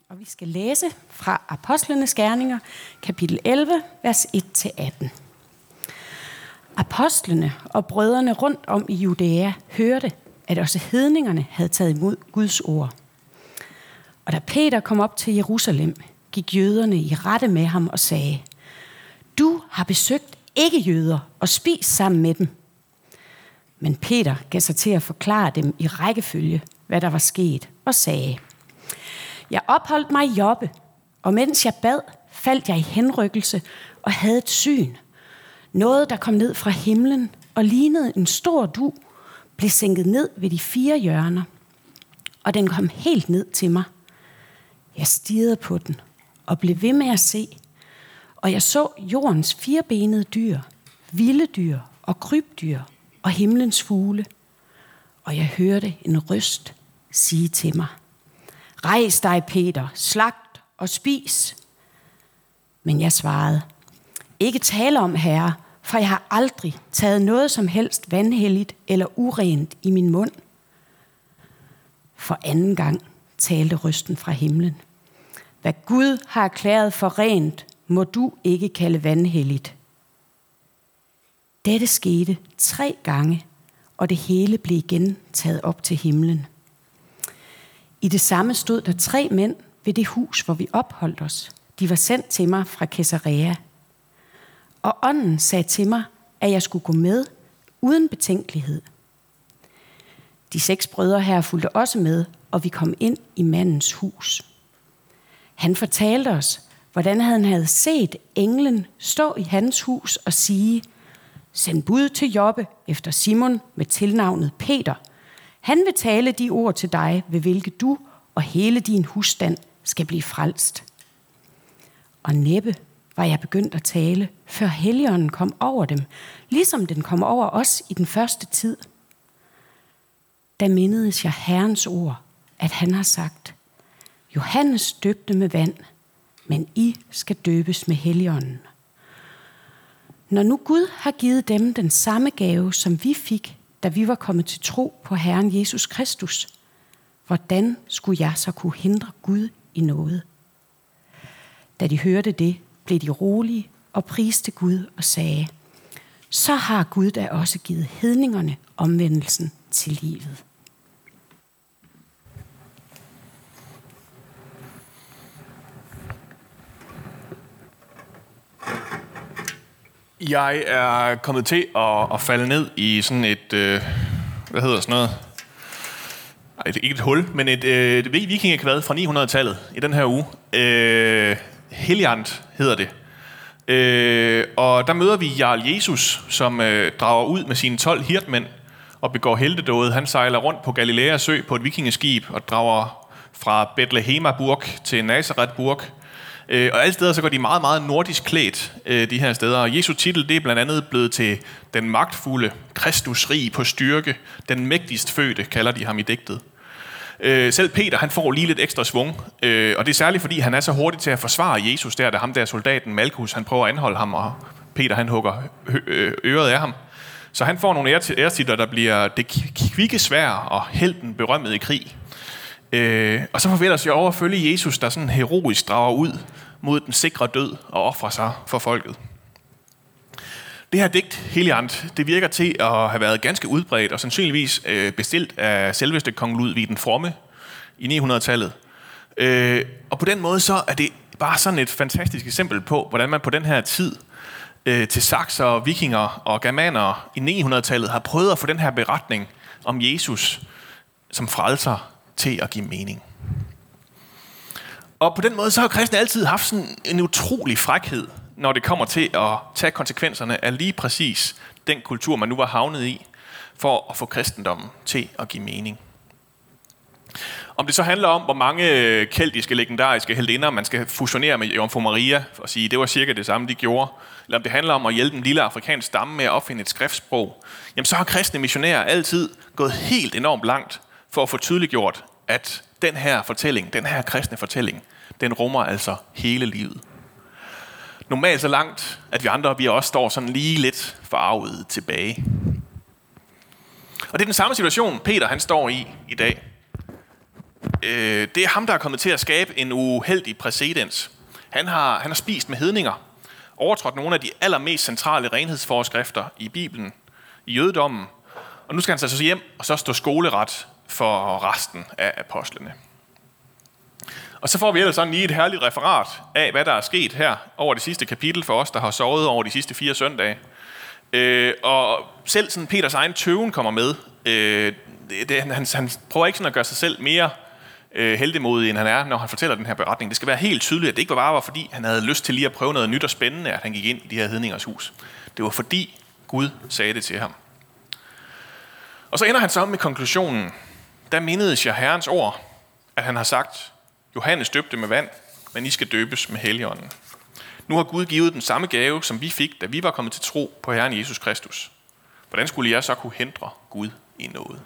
Og vi skal læse fra Apostlenes Gerninger, kapitel 11, vers 1-18. Apostlene og brødrene rundt om i Judæa hørte, at også hedningerne havde taget imod Guds ord. Og da Peter kom op til Jerusalem, gik jøderne i rette med ham og sagde: "Du har besøgt ikke-jøder og spist sammen med dem." Men Peter gav sig til at forklare dem i rækkefølge, hvad der var sket, og sagde: "Jeg opholdt mig i Joppe, og mens jeg bad, faldt jeg i henrykkelse og havde et syn. Noget, der kom ned fra himlen og lignede en stor dug, blev sænket ned ved de 4 hjørner, og den kom helt ned til mig. Jeg stirrede på den og blev ved med at se, og jeg så jordens 4-benede dyr, vilde dyr og krybdyr og himlens fugle. Og jeg hørte en røst sige til mig: "Rejs dig, Peter, slagt og spis." Men jeg svarede: "Ikke tale om, Herre, for jeg har aldrig taget noget som helst vanhelligt eller urent i min mund." For anden gang talte røsten fra himlen: "Hvad Gud har erklæret for rent, må du ikke kalde vanhelligt." Dette skete 3 gange, og det hele blev igen taget op til himlen. I det samme stod der 3 mænd ved det hus, hvor vi opholdt os. De var sendt til mig fra Caesarea. Og ånden sagde til mig, at jeg skulle gå med uden betænkelighed. De 6 brødre her fulgte også med, og vi kom ind i mandens hus. Han fortalte os, hvordan han havde set englen stå i hans hus og sige: "Send bud til Joppe efter Simon med tilnavnet Peter. Han vil tale de ord til dig, ved hvilke du og hele din husstand skal blive frelst." Og næppe var jeg begyndt at tale, før Helligånden kom over dem, ligesom den kom over os i den første tid. Da mindedes jeg Herrens ord, at han har sagt: "Johannes døbte med vand, men I skal døbes med Helligånden." Når nu Gud har givet dem den samme gave, som vi fik, da vi var kommet til tro på Herren Jesus Kristus, hvordan skulle jeg så kunne hindre Gud i noget? Da de hørte det, blev de rolige og priste Gud og sagde: "Så har Gud da også givet hedningerne omvendelsen til livet." Jeg er kommet til at falde ned i sådan et, hvad hedder sådan noget? Ikke et hul, men et vikingekvad fra 900-tallet i den her uge. Helligånd hedder det. Og der møder vi Jarl Jesus, som drager ud med sine 12 hirdmænd og begår heltedåde. Han sejler rundt på Galilæas sø på et vikingeskib og drager fra Bethlehemaburg til Nazarethburg. Og alle steder så går de meget, meget nordisk klædt, de her steder. Og Jesu titel, det er blandt andet blevet til den magtfulde, Kristus rig på styrke, den mægtigst fødte, kalder de ham i digtet. Selv Peter, han får lige lidt ekstra svung, og det er særligt, fordi han er så hurtig til at forsvare Jesus der, da ham der soldaten Malchus, han prøver at anholde ham, og Peter, han hugger øret af ham. Så han får nogle ærestitler, der bliver det kvikke sværd og helten berømmet i krig. Og så får vi ellers jo over at følge Jesus, der sådan heroisk drager ud mod den sikre død og offrer sig for folket. Det her digt, Helligånd, det virker til at have været ganske udbredt og sandsynligvis bestilt af selveste kong Ludvig den Fromme i 900-tallet. Og på den måde så er det bare sådan et fantastisk eksempel på, hvordan man på den her tid til sakser, vikinger og germanere i 900-tallet har prøvet at få den her beretning om Jesus som frelser til at give mening. Og på den måde så har kristne altid haft sådan en utrolig frækhed, når det kommer til at tage konsekvenserne af lige præcis den kultur, man nu var havnet i, for at få kristendommen til at give mening. Om det så handler om, hvor mange keltiske, legendariske heltinder man skal fusionere med Jomfru Maria, og sige, det var cirka det samme, de gjorde, eller om det handler om at hjælpe en lille afrikansk stamme med at opfinde et skriftsprog, jamen så har kristne missionærer altid gået helt enormt langt for at få tydeliggjort, at den her fortælling, den her kristne fortælling, den rummer altså hele livet. Normalt så langt, at vi andre, vi også står sådan lige lidt forarvet tilbage. Og det er den samme situation, Peter han står i dag. det er ham, der er kommet til at skabe en uheldig præcedens. Han har spist med hedninger, overtrådt nogle af de allermest centrale renhedsforskrifter i Bibelen, i jødedommen, og nu skal han så hjem og så stå skoleret for resten af apostlene. Og så får vi ellers sådan lige et herligt referat af, hvad der er sket her over det sidste kapitel for os, der har sovet over de sidste 4 søndage. Og selv sådan Peters egen tøven kommer med. Han prøver ikke sådan at gøre sig selv mere heldemodig, end han er, når han fortæller den her beretning. Det skal være helt tydeligt, at det ikke bare var, fordi han havde lyst til lige at prøve noget nyt og spændende, at han gik ind i de her hedningers hus. Det var fordi Gud sagde det til ham. Og så ender han så med konklusionen. Der mindedes jeg Herrens ord, at han har sagt, Johannes døbte med vand, men I skal døbes med Helligånden. Nu har Gud givet den samme gave, som vi fik, da vi var kommet til tro på Herren Jesus Kristus. Hvordan skulle jeg så kunne hindre Gud i noget?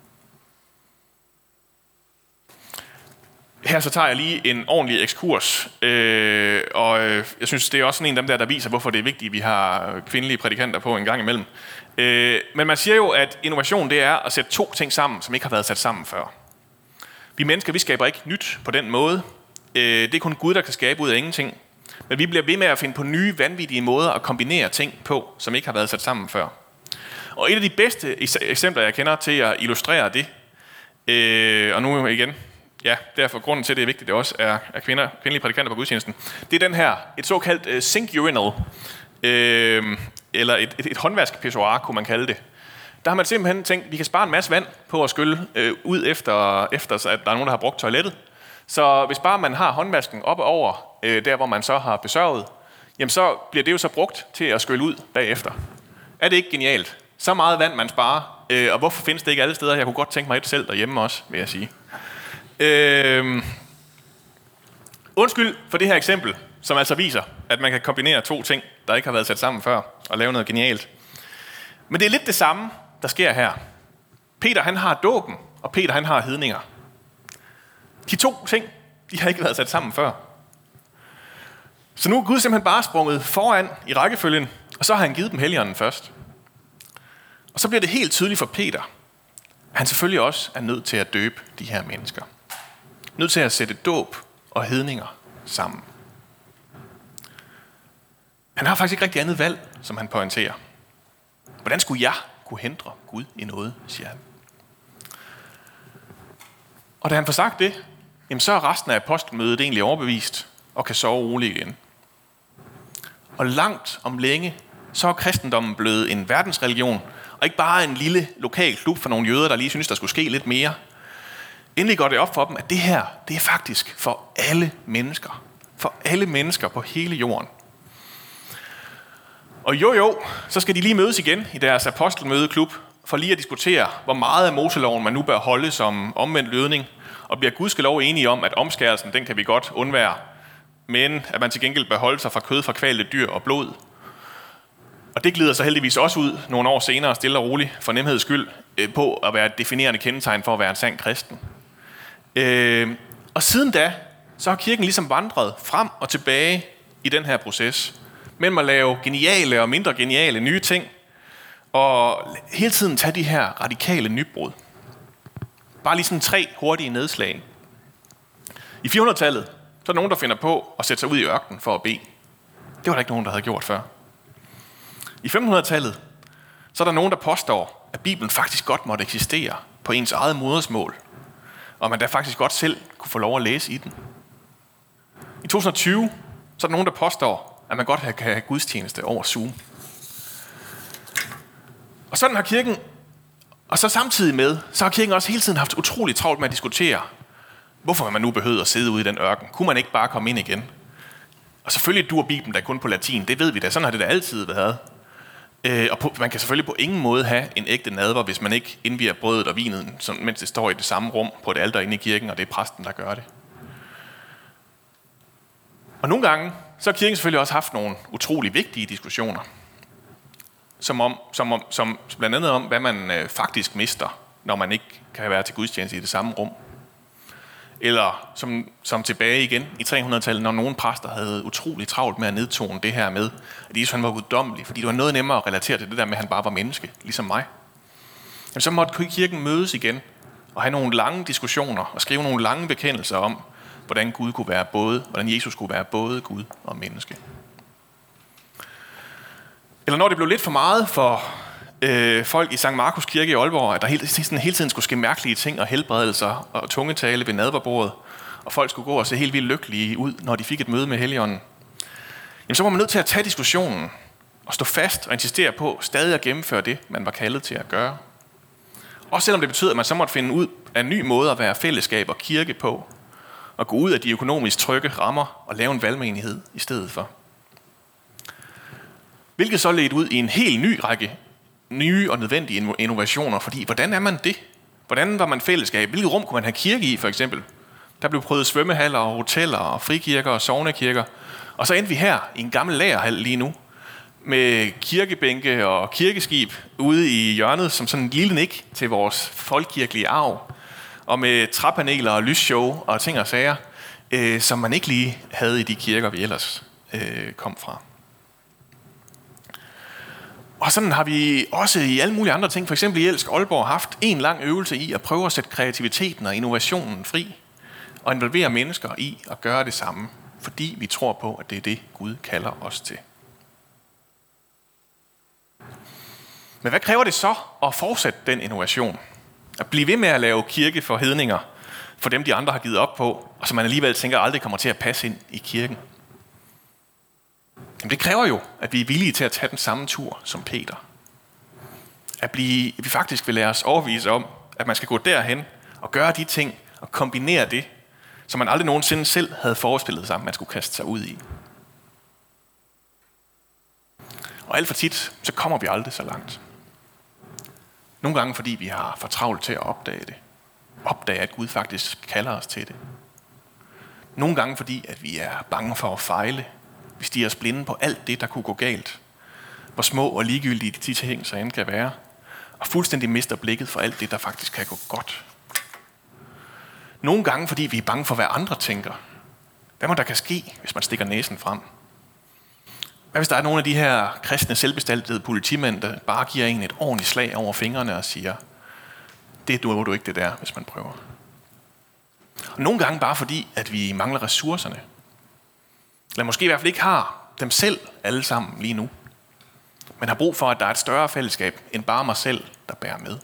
Her så tager jeg lige en ordentlig ekskurs, og jeg synes, det er også en af dem der viser, hvorfor det er vigtigt, at vi har kvindelige prædikanter på en gang imellem. Men man siger jo, at innovation det er at sætte 2 ting sammen, som ikke har været sat sammen før. Vi mennesker, vi skaber ikke nyt på den måde. Det er kun Gud, der kan skabe ud af ingenting. Men vi bliver ved med at finde på nye, vanvittige måder at kombinere ting på, som ikke har været sat sammen før. Og et af de bedste eksempler, jeg kender til at illustrere det, og nu igen, ja, derfor grunden til, at det er vigtigt, det også er kvindelige prædikanter på gudstjenesten, det er den her, et såkaldt sink urinal, eller et håndvaskpissoir, kunne man kalde det. Der har man simpelthen tænkt, at vi kan spare en masse vand på at skylle ud efter at der er nogen, der har brugt toilettet. Så hvis bare man har håndvasken op og over, der hvor man så har besørget, jamen så bliver det jo så brugt til at skylle ud bagefter. Er det ikke genialt? Så meget vand man sparer, og hvorfor findes det ikke alle steder? Jeg kunne godt tænke mig et selv derhjemme også, vil jeg sige. Undskyld for det her eksempel, som altså viser, at man kan kombinere 2 ting, der ikke har været sat sammen før, og lave noget genialt. Men det er lidt det samme, der sker her. Peter han har dåben, og Peter han har hedninger. De 2 ting, de har ikke været sat sammen før. Så nu er Gud simpelthen bare sprunget foran i rækkefølgen, og så har han givet dem Helligånden først. Og så bliver det helt tydeligt for Peter, at han selvfølgelig også er nødt til at døbe de her mennesker. Nødt til at sætte dåb og hedninger sammen. Han har faktisk ikke rigtig andet valg, som han pointerer. Hvordan skulle jeg kunne hindre Gud i noget, siger han. Og da han får sagt det, jamen så er resten af apostelmødet egentlig overbevist og kan sove roligt igen. Og langt om længe, så er kristendommen blevet en verdensreligion, og ikke bare en lille lokal klub for nogle jøder, der lige synes, der skulle ske lidt mere. Endelig går det op for dem, at det her, det er faktisk for alle mennesker. For alle mennesker på hele jorden. Og så skal de lige mødes igen i deres apostelmødeklub, for lige at diskutere, hvor meget af Moseloven man nu bør holde som omvendt lydning, og bliver gudskelov enige om, at omskærelsen, den kan vi godt undvære, men at man til gengæld bør holde sig fra kød fra kvalte dyr og blod. Og det glider så heldigvis også ud nogle år senere, stille og roligt, for nemheds skyld, på at være et definerende kendetegn for at være en sand kristen. Og siden da, så har kirken ligesom vandret frem og tilbage i den her proces, mellem at lave geniale og mindre geniale nye ting, og hele tiden tage de her radikale nybrud. Bare lige sådan 3 hurtige nedslag. I 400-tallet, så er der nogen, der finder på at sætte sig ud i ørkenen for at bede. Det var der ikke nogen, der havde gjort før. I 1500-tallet, så er der nogen, der påstår, at Bibelen faktisk godt måtte eksistere på ens eget modersmål, og man da faktisk godt selv kunne få lov at læse i den. I 2020, så er der nogen, der påstår, at man godt kan have gudstjeneste over Zoom. Og sådan har kirken, og så samtidig med, så har kirken også hele tiden haft utroligt travlt med at diskutere, hvorfor man nu behøver at sidde ude i den ørken. Kunne man ikke bare komme ind igen? Og selvfølgelig duer Bibelen da kun på latin, det ved vi da, sådan har det da altid været. Og man kan selvfølgelig på ingen måde have en ægte nadver, hvis man ikke indvier brødet og vinen, mens det står i det samme rum på et alter inde i kirken, og det er præsten, der gør det. Og nogle gange, så har kirken selvfølgelig også haft nogle utrolig vigtige diskussioner, som blandt andet om, hvad man faktisk mister, når man ikke kan være til gudstjeneste i det samme rum. Eller som tilbage igen i 300-tallet, når nogle præster havde utrolig travlt med at nedtone det her med, at Jesus han var guddommelig, fordi det var noget nemmere at relatere til det der med, at han bare var menneske, ligesom mig. Jamen, så måtte kirken mødes igen og have nogle lange diskussioner og skrive nogle lange bekendelser om, hvordan Jesus kunne være både Gud og menneske. Eller når det blev lidt for meget for folk i Sankt Markus Kirke i Aalborg, at der hele tiden skulle ske mærkelige ting og helbredelser og tungetale ved nadverbordet, og folk skulle gå og se helt vildt lykkelige ud, når de fik et møde med Helligånden, jamen så var man nødt til at tage diskussionen og stå fast og insistere på stadig at gennemføre det, man var kaldet til at gøre. Også selvom det betød, at man så måtte finde ud af en ny måde at være fællesskab og kirke på, og gå ud af de økonomisk trygge rammer og lave en valgmenighed i stedet for. Hvilket så ledte ud i en helt ny række nye og nødvendige innovationer, fordi hvordan er man det? Hvordan var man fællesskab? Hvilket rum kunne man have kirke i, for eksempel? Der blev prøvet svømmehaller og hoteller og frikirker og sognekirker. Og så endte vi her i en gammel lagerhal lige nu, med kirkebænke og kirkeskib ude i hjørnet, som sådan en lille nik til vores folkekirkelige arv, og med træpaneler og lysshow og ting og sager, som man ikke lige havde i de kirker, vi ellers kom fra. Og sådan har vi også i alle mulige andre ting, for eksempel i Elsk Aalborg, haft en lang øvelse i at prøve at sætte kreativiteten og innovationen fri, og involvere mennesker i at gøre det samme, fordi vi tror på, at det er det, Gud kalder os til. Men hvad kræver det så at fortsætte den innovation? At blive ved med at lave kirke for hedninger, for dem de andre har givet op på, og som man alligevel tænker aldrig kommer til at passe ind i kirken? Jamen det kræver jo, at vi er villige til at tage den samme tur som Peter. At vi faktisk vil lade os overbevise om, at man skal gå derhen og gøre de ting og kombinere det, som man aldrig nogensinde selv havde forestillet sig, man skulle kaste sig ud i. Og alt for tit, så kommer vi aldrig så langt. Nogle gange, fordi vi har for travlt til at opdage det. Opdage, at Gud faktisk kalder os til det. Nogle gange, fordi at vi er bange for at fejle. Vi stirrer os blinde på alt det, der kunne gå galt. Hvor små og ligegyldige de ting så end kan være. Og fuldstændig mister blikket for alt det, der faktisk kan gå godt. Nogle gange, fordi vi er bange for, hvad andre tænker. Hvad må der kan ske, hvis man stikker næsen frem? Hvad hvis der er nogle af de her kristne, selvbestaltede politimænd, der bare giver en et ordentligt slag over fingrene og siger, det duer du ikke det der, hvis man prøver. Og nogle gange bare fordi, at vi mangler ressourcerne. Eller måske i hvert fald ikke har dem selv alle sammen lige nu. Men har brug for, at der er et større fællesskab end bare mig selv, der bærer med.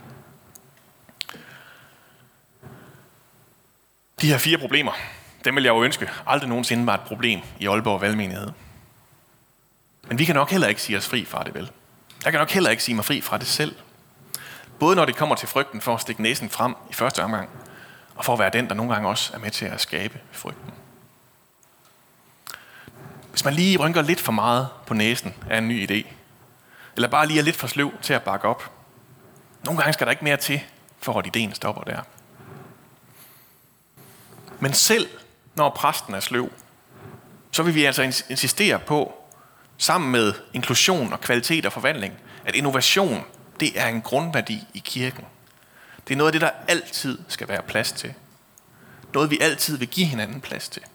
De her 4 problemer, dem vil jeg jo ønske aldrig nogensinde var et problem i Aalborg Valgmenighed. Men vi kan nok heller ikke sige os fri fra det, vel? Jeg kan nok heller ikke sige mig fri fra det selv. Både når det kommer til frygten for at stikke næsen frem i første omgang, og for at være den, der nogle gange også er med til at skabe frygten. Hvis man lige rynker lidt for meget på næsen af en ny idé, eller bare lige er lidt for sløv til at bakke op, nogle gange skal der ikke mere til, for at ideen stopper der. Men selv når præsten er sløv, så vil vi altså insistere på, sammen med inklusion og kvalitet og forvandling, at innovation, det er en grundværdi i kirken. Det er noget af det, der altid skal være plads til. Noget, vi altid vil give hinanden plads til.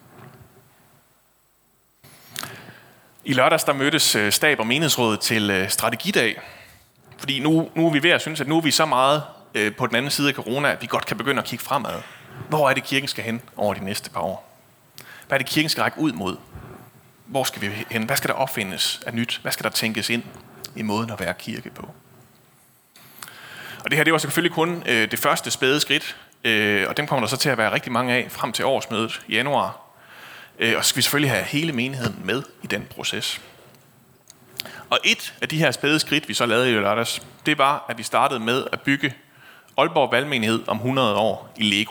I lørdags, der mødtes stab- og menighedsrådet til strategidag. Fordi nu er vi ved at synes, at nu er vi så meget på den anden side af corona, at vi godt kan begynde at kigge fremad. Hvor er det, kirken skal hen over de næste par år? Hvad er det, kirken skal række ud mod? Hvor skal vi hen? Hvad skal der opfindes af nyt? Hvad skal der tænkes ind i måden at være kirke på? Og det her, det var selvfølgelig kun det første spæde skridt, og dem kommer der så til at være rigtig mange af frem til årsmødet i januar. Og så skal vi selvfølgelig have hele menigheden med i den proces. Og et af de her spæde skridt, vi så lavede i lørdags, det var, at vi startede med at bygge Aalborg Valgmenighed om 100 år i Lego.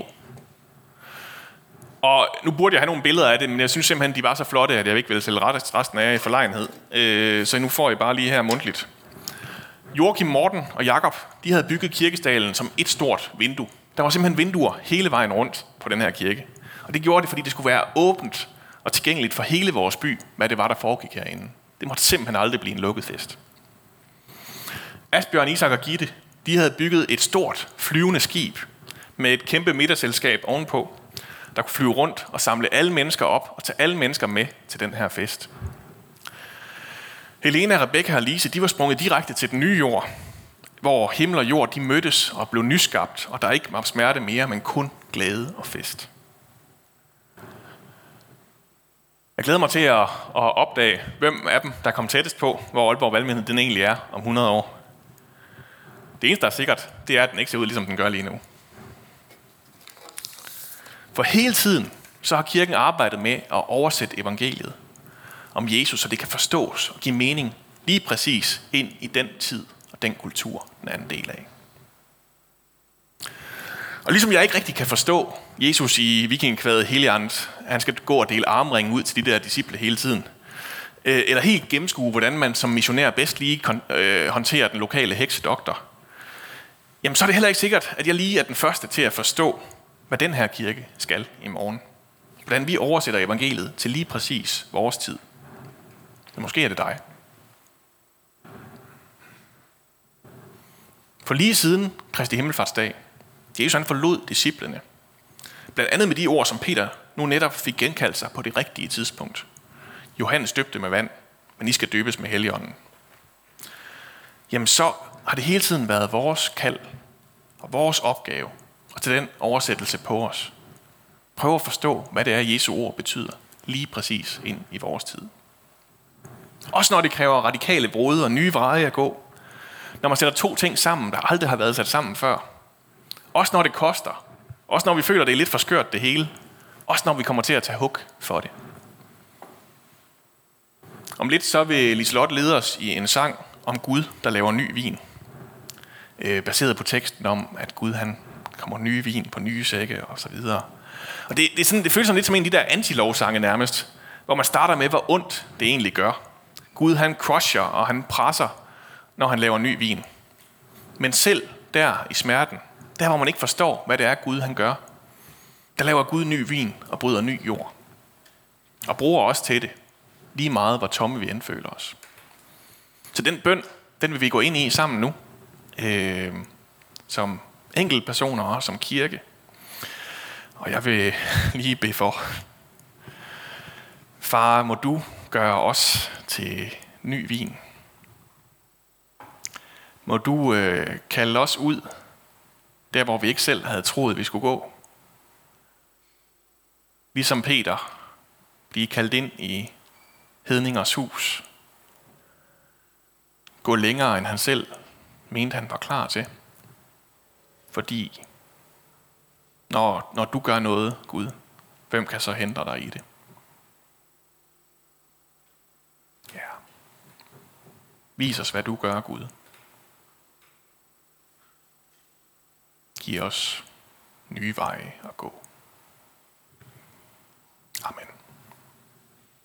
Og nu burde jeg have nogle billeder af det, men jeg synes simpelthen, de var så flotte, at jeg ikke ville sælge resten af jer i forlegenhed. Så nu får I bare lige her mundtligt. Joachim, Morten og Jakob, de havde bygget kirkestallen som et stort vindue. Der var simpelthen vinduer hele vejen rundt på den her kirke. Og det gjorde det, fordi det skulle være åbent og tilgængeligt for hele vores by, hvad det var, der foregik herinde. Det måtte simpelthen aldrig blive en lukket fest. Asbjørn, Isak og Gitte, de havde bygget et stort flyvende skib med et kæmpe middagsselskab ovenpå, der kunne flyve rundt og samle alle mennesker op og tage alle mennesker med til den her fest. Helena, Rebecca og Lise, de var sprunget direkte til den nye jord, hvor himmel og jord de mødtes og blev nyskabt, og der ikke var smerte mere, men kun glæde og fest. Jeg glæder mig til at opdage, hvem af dem, der kom tættest på, hvor Aalborg Valgmenighed den egentlig er om 100 år. Det eneste, der er sikkert, det er, at den ikke ser ud, ligesom den gør lige nu. For hele tiden, så har kirken arbejdet med at oversætte evangeliet om Jesus, så det kan forstås og give mening lige præcis ind i den tid og den kultur, den er en del af. Og ligesom jeg ikke rigtig kan forstå Jesus i vikingekvadet Heliant, han skal gå og dele armringen ud til de der disciple hele tiden, eller helt gennemskue, hvordan man som missionær bedst lige håndterer den lokale heksedoktor, jamen så er det heller ikke sikkert, at jeg lige er den første til at forstå, hvad den her kirke skal i morgen. Hvordan vi oversætter evangeliet til lige præcis vores tid. Men måske er det dig. For lige siden Kristi Himmelfartsdag, Jesus han forlod disciplene. Blandt andet med de ord, som Peter nu netop fik genkaldt sig på det rigtige tidspunkt. Johannes døbte med vand, men I skal døbes med Helligånden. Jamen så har det hele tiden været vores kald og vores opgave at tage den oversættelse på os. Prøv at forstå, hvad det er, Jesu ord betyder lige præcis ind i vores tid. Også når det kræver radikale brud og nye veje at gå. Når man sætter to ting sammen, der aldrig har været sat sammen før. Også når det koster. Også når vi føler, det er lidt for skørt det hele. Også når vi kommer til at tage hug for det. Om lidt så vil Liselotte lede os i en sang om Gud, der laver ny vin. Baseret på teksten om, at Gud han kommer nye vin på nye sække og så videre. Og det føles sådan lidt som en af de der anti-lovsange nærmest, hvor man starter med, hvor ondt det egentlig gør. Gud han crusher og han presser, når han laver ny vin. Men selv der i smerten, der hvor man ikke forstår, hvad det er Gud han gør, der laver Gud ny vin og bryder ny jord. Og bruger os til det, lige meget hvor tomme vi end føler os. Så den bøn, den vil vi gå ind i sammen nu, som enkeltpersoner og som kirke. Og jeg vil lige bede for. Far, må du gøre os til ny vin. Må du kalde os ud, der hvor vi ikke selv havde troet, vi skulle gå. Vi som Peter blive kaldt ind i hedningers hus. Gå længere, end han selv mente, han var klar til. Fordi når du gør noget, Gud, hvem kan så hindre dig i det? Ja. Vis os, hvad du gør, Gud. Giv os nye veje at gå. Amen.